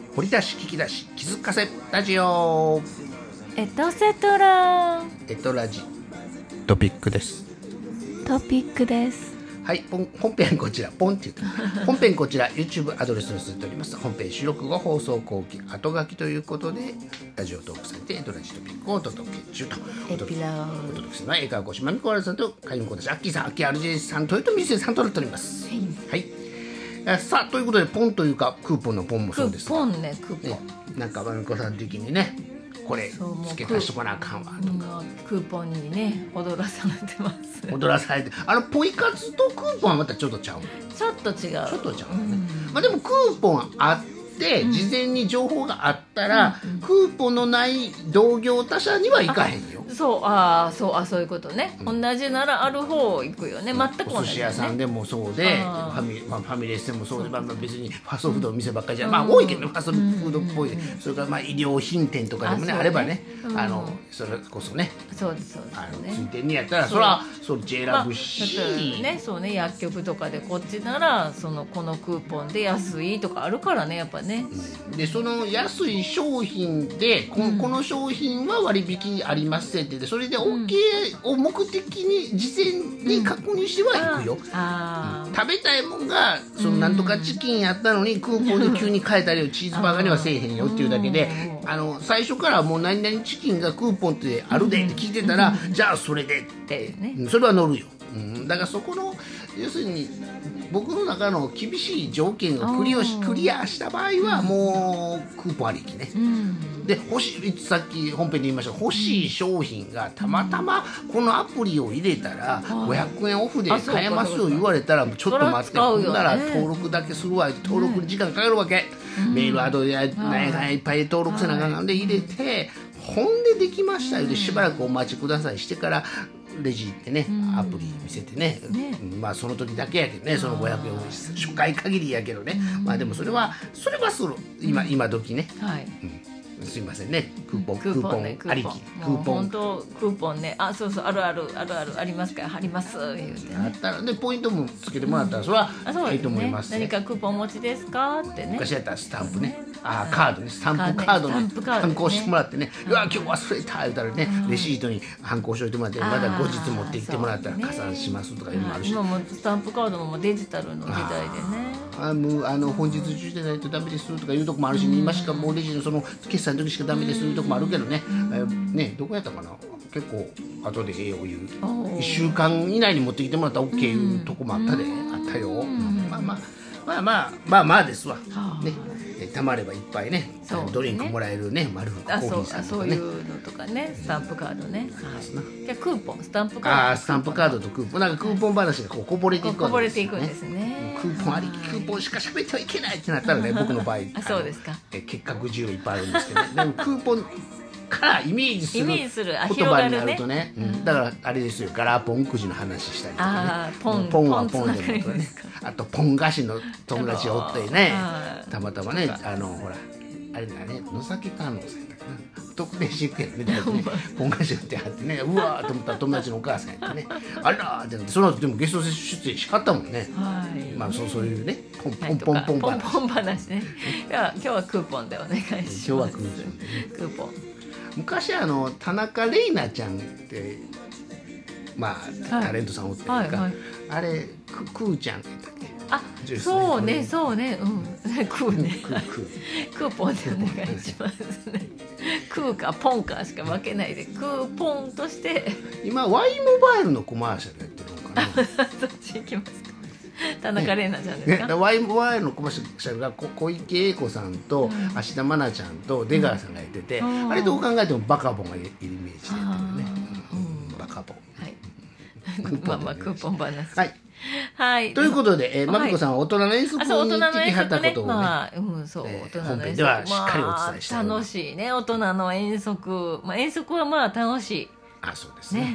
掘り出し聞き出し気づかせラジオエトセトラエトラジトピックです。 トピックです。 はい、本編こちらポンって言って本編こちら YouTube アドレスに載せております。本編収録後放送後期後書きということでラジオトークされてエトラジトピックをお届け中とお届けするのは江川越まみこらさんと海運講師アッキーさん、アッキー RJ さん、豊臣秀さんとなっております。はい、さあということでポンというかクーポンのポンもそうですがクーポンね、クーポン、 ね、なんかまみこさん的にねこれ付け足しとかなあかんわとかクーポンにね踊らされてます。 踊らされてポイ活とクーポンはまたちょっとちゃう、 ちょっと違う、 ちょっとちゃうね、まあ、でもクーポンあって事前に情報があったら、クーポンのない同業他社には行かへんよ。 そういうことね、同じならある方行くよね、全く同じ、ね、 お寿司屋さんでもそうでファミレスでもそうで、別にファストフードの店ばっかりじゃ、多いけどね、ファストフードっぽい、それから衣料品店とかでもね、あればね、それこそね、 そうですね、 ついてんねやったらそらそっち選ぶし、 そうね、薬局とかでこっちならこのクーポンで安いとかあるからね、やっぱね、 でその安い商品でこの商品は割引ありますって言って、それで OK を目的に事前に確認しては行くよ、食べたいもんがそのなんとかチキンやったのにクーポンで急に変えたりチーズバーガーにはせえへんよっていうだけで、最初からもう何々チキンがクーポンってあるでって聞いてたら、じゃあそれでって、それは乗るよ、だからそこの要するに僕の中の厳しい条件をクリアした場合はもうクーポンありきね、でさっき本編で言いました欲しい商品がたまたまこのアプリを入れたら500円オフで買えますよ言われたらちょっと待って、ほんなら登録だけするわ、登録に時間かかるわけ、メールアドや何やいっぱい登録せなあかんで入れて、ほんでできましたよでしばらくお待ちくださいしてからレジ行ってね、アプリ見せてね、その時だけやけどね、その500円を初回限りやけどね、でもそれはする今時ね、すいませんね、クーポンありき、クーポンね、そうあるありますから貼ります言うてね、 あったらでポイントもつけてもらったらそれはいいと思います。 何かクーポンお持ちですかってね、 昔やったらスタンプね、カードね、スタンプカードね、反抗してもらってね、うわ今日忘れた言うたらね、レシートに反抗しといてもらって、まだ後日持ってきてもらったら加算しますとかいうのもあるし、 今もスタンプカードもデジタルの時代でね、 本日中でないとダメですとかいうとこもあるし、今しかもうレジのその決済の時しかダメですいうとこもあるけどね、どこやったかな、結構後で言う1週間以内に持ってきてもらったら OK いうとこもあったよ、まあですわ、ね、たまればいっぱいね、ドリンクもらえるね、丸福コーヒーさんとかね、 そういうのとかね、スタンプカードね、じゃクーポンスタンプカード、 スタンプカードとクーポン、なんかクーポン話がこぼれていくわけですよね、 こぼれていくんですね、 クーポンありき、クーポンしか喋ってはいけないってなったらね、僕の場合そうですか、 結果10いっぱいあるんですけど、でもクーポンからイメージする言葉になるとね、だからあれですよ、ガラポンくじの話したりとかね、ポンはポンでもね、あとポン菓子の友達がおってね、たまたまね、ほらあれだね、野崎観音さんだかな、特定飼育園みたいなね、ポン菓子売ってはってね、うわーと思ったら友達のお母さんやってね、あらーってなって、その後でもゲスト出演しはったもんね、そういうね、ポン話ね、今日はクーポンでお願いします。 今日はクーポン。昔田中玲奈ちゃんってタレントさんおってるか、あれクーちゃんって言ったっけ、 そうね、クーね、クーポンでお願いしますね。クーかポンかしか分けないで、クーポンとして今 Y モバイルのコマーシャルやってるのかなそっち行きますか、田中玲奈ちゃんですか、 Y モバイルのコマーシャルが小池栄子さんと芦田愛菜ちゃんと出川さんがやってて、あれどう考えてもバカボンがいるイメージでやってるね、バカボン、 クーポン話、 はい、ということで、まみこさんは大人の遠足に行ってきはったことをね、本編ではしっかりお伝えしたい、 楽しいね、大人の遠足、遠足は楽しい、 そうですね、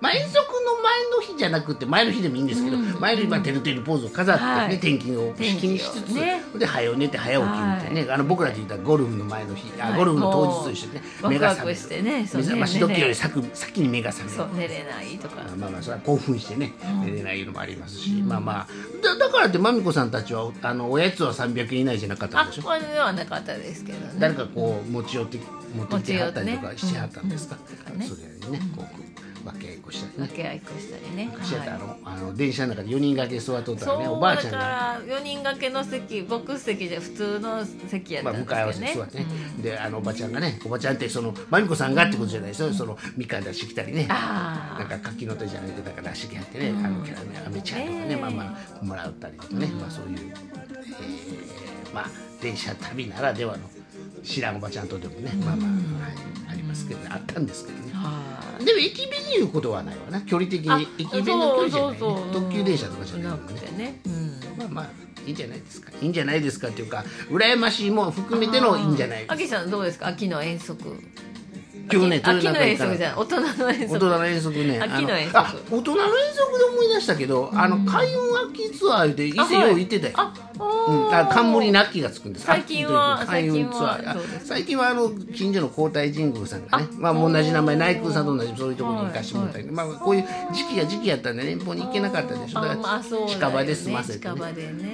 まあ、遠足の前の日じゃなくて前の日でもいいんですけど、前の日はてるてるポーズを飾ってね、天気を式にしつつ、で早寝て早起きみたいなね、僕らで言ったらゴルフの前の日、ゴルフの当日と一緒でね、 目が覚めてね、 目覚まし時より先に目が覚める、 そう寝れないとか、 まあまあそれは興奮してね、寝れないのもありますし、まあまあだからってまみこさんたちはおやつは300円以内じゃなかったんでしょ。 これではなかったですけどね。 誰かこう持ってきてはったりとかしてはったんですか。それにねこう分け合いっこしたりね。 分け合いっこしたりね。 昔やったら電車の中で4人掛け座っとったらね、おばあちゃんが。 だから4人掛けの席、ボックス席じゃ普通の席やったんですけどね。 向かい合わせで座ってね。でおばちゃんがね、おばちゃんってまみこさんがってことじゃないですよ。みかん出してきたりね。なんか柿の手じゃないけどだから出してきはってね、キャラメル飴ちゃんとかね、まあまあもらったりとかね、まあそういうまあ電車旅ならではの知らんおばちゃんとでもね、まあまあありますけど、あったんですけどね。でも駅弁にいうことはないわな、距離的に駅弁の距離じゃないね、特急電車とかじゃないのね。まあまあいいんじゃないですか、いいんじゃないですかっていうか、羨ましいも含めてのいいんじゃないですか。 秋さんどうですか、秋の遠足。 今日ね、 秋の遠足じゃん、大人の遠足。 大人の遠足ね。 秋の遠足。 大人の遠足で思い出したけど、開運秋ツアーで伊勢よう行ってたよ。冠に秋がつくんです。 最近は開運ツアー。最近は近所の皇太神宮さんがね、まあ同じ名前、内宮さんと同じそういうところに行かしてもらったり、まあこういう時期やったんで年俸に行けなかったでしょ。だから近場で済ませてね。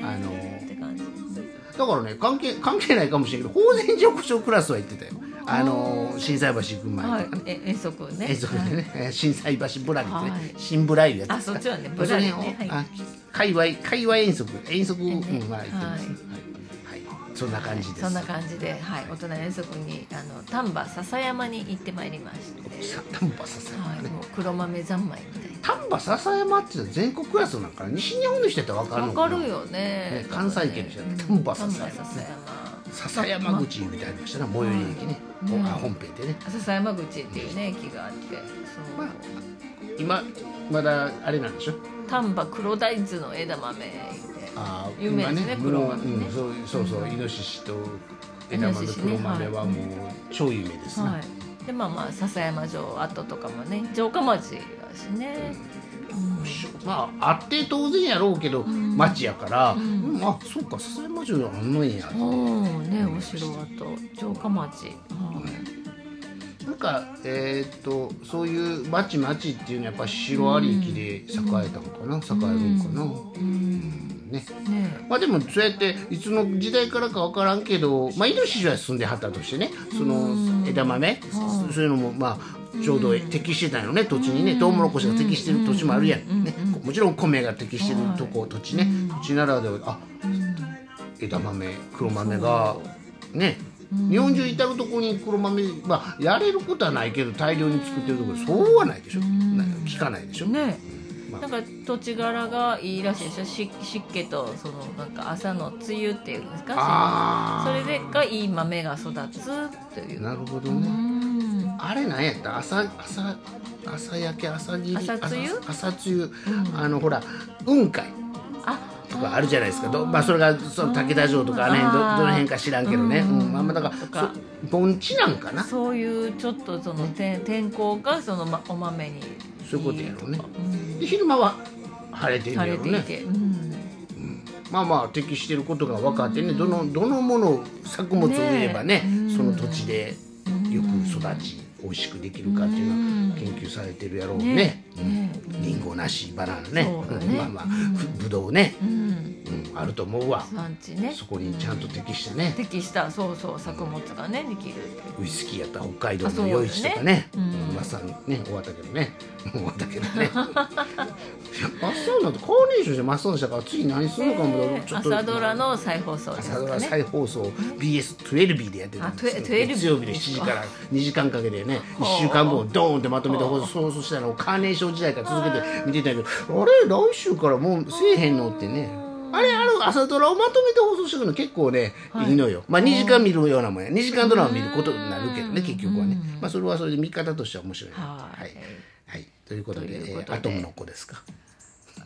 だからね、関係ないかもしれないけど、法然寺横丁クラスは行ってたよ。心斎橋行く前とかね、 遠足ね、 遠足でね、心斎橋ぶらりってね、新ぶらりやつですか。 そっちはね、ぶらりね、 界隈遠足まあ行ってます。そんな感じです。 そんな感じで、大人遠足に丹波篠山に行ってまいりまして、 丹波篠山ね、 黒豆三昧みたいな。 丹波篠山って全国クラスなんか西日本の人やったら分かるのかな。 分かるよね。 関西圏の人やったら丹波篠山、篠山口みたいなのしたら最寄り駅ね、本編でね、 篠山口っていうね駅があって、 今まだあれなんでしょ、 丹波黒大豆の枝豆で有名ですね、黒豆ね。 そうイノシシと枝豆黒豆はもう超有名ですね。 でまあ篠山城跡とかもね、城下町だしね、 まああって当然やろうけど町やから、そうか、篠山城あんのんやね、 お城跡、城下町。 なんかそういう町っていうのはやっぱ城ありきで栄えたのかな、栄えるのかな。ね、まあでもそうやっていつの時代からか分からんけど、まあイノシシは住んではったとしてね、その枝豆、そういうのもまあちょうど適してたよね、土地にね。トウモロコシが適してる土地もあるやん、ね、もちろん米が適してる土地ね、土地ならでは枝豆黒豆がね、日本中至るところに黒豆、まあやれることはないけど大量に作ってるところそうはないでしょ、聞かないでしょね。 なんか土地柄がいいらしいでしょ、湿気となんか朝の梅雨っていうんですか、それがいい豆が育つという。 なるほどね。あれなんやった、朝焼け、朝霧、朝露、ほら雲海とかあるじゃないですか。まあそれが武田城とかどの辺か知らんけどね、だから盆地なんかな、 そういうちょっと天候がお豆にそういうことやろうね。昼間は晴れてるやろうね。まあまあ適してることが分かってね、どのもの作物を植えばね、その土地でよく育ち美味しくできるかっていうのは研究されてるやろうね。リンゴ、梨、バナナね、まあまあぶどうね、あると思うわ。そこにちゃんと適してね、 適した作物がねできる。 ウイスキーやったら北海道の余市とかね、まさにね終わったけどね、もう終わったけどね。真っ青なんてカーネーションで真っ青にしたから次何するのかもちょっと。 朝ドラの再放送ですかね。 朝ドラ再放送 BS12 でやってたんですけど、月曜日の7時から2時間かけてね、1週間分をドーンってまとめて放送したのをカーネーション時代から続けて見てたけど、あれ来週からもうせえへんのってね。あれ朝ドラをまとめて放送してくるの結構ね、いいのよ。まあ2時間見るようなもんや、2時間ドラマ見ることになるけどね、結局はね。まあそれはそれで見方としては面白い。はい、ということでアトムの子ですか。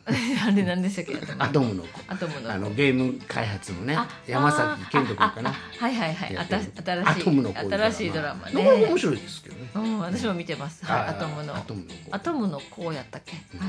あれ何でしたっけ？ アトムの子。 アトムの子。 ゲーム開発のね、山崎賢人君かな。 はいはいはい。 アトムの子。 新しいドラマね。 面白いですけどね。 私も見てます。はい、アトムの子。アトムの子やったっけ？はい。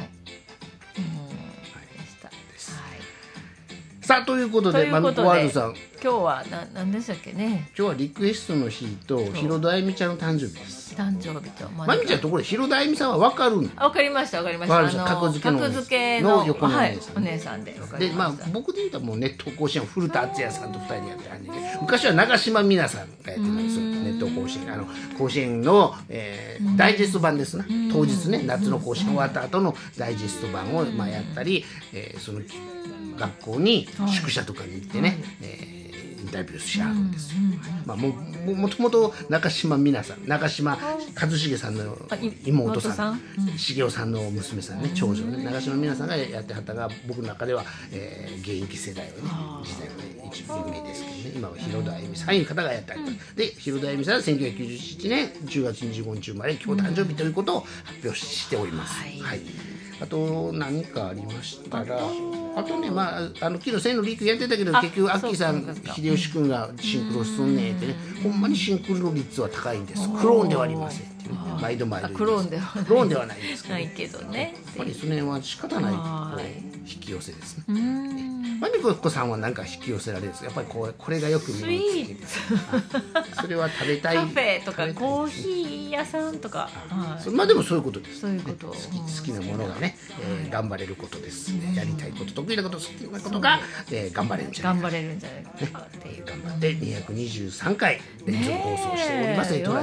さあということで、マミコワールドさん、 今日は何でしたっけね。 今日はリクエストの日とヒロドあゆみちゃんの誕生日です。 誕生日とマミちゃんところヒロドあゆみさんは分かるの？ 分かりました分かりました。 格付けの横のお姉さんで。 で僕で言うともうネット甲子園古田敦也さんと2人でやってるんで、昔は長嶋美奈さんがやってたんですよ。ネット甲子園甲子園のダイジェスト版ですね。当日ね、夏の甲子園終わった後のダイジェスト版をやったり、その学校に宿舎とかに行ってね、インタビューし合うんですよ。もともと中島美奈さん、中島一茂さんの妹さん、茂雄さんの娘さんね、長女ね、中島美奈さんがやってはったが、僕の中では現役世代はね、時代は一番有名ですけどね、今はヒロドあゆみさんいう方がやったりとかで、ヒロドあゆみさんは1997年10月25日生まれ、今日誕生日ということを発表しております。はい。あと何かありましたら、あとね、昨日千のリークやってたけど、結局アッキーさん、秀吉君がシンクロすんねってね、ほんまにシンクロ率は高いんです。クローンではありませんっていう、毎度クローンではないんですけど、 ないけどね、 やっぱりその辺は仕方ない引き寄せですね。マミコ子さんは何か引き寄せられるんです。やっぱりこれがよく見る。スイーツそれは食べたい。 カフェとかコーヒー屋さんとか。 でもそういうことです。 そういうこと。 好きなものがね、頑張れることです。やりたいこと、得意なこと、好きなことが頑張れるんじゃないか。 頑張れるんじゃないかっていう。 頑張って223回連続放送しております。 よくはい。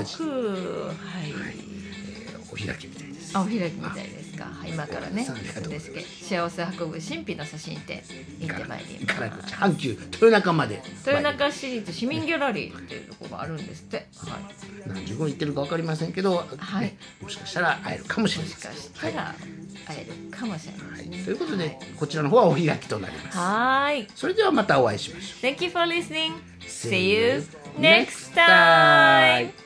お開きみたいです。 お開きみたいですか。今からね、幸せ運ぶ神秘の写真展行ってまいります。 阪急豊中まで。 豊中市立市民ギャラリーっていうところがあるんですって。 何時頃行ってるか分かりませんけど、もしかしたら会えるかもしれません。 もしかしたら会えるかもしれません。 ということで、こちらの方はお開きとなります。 はい。 それではまたお会いしましょう。 Thank you for listening. See you next time.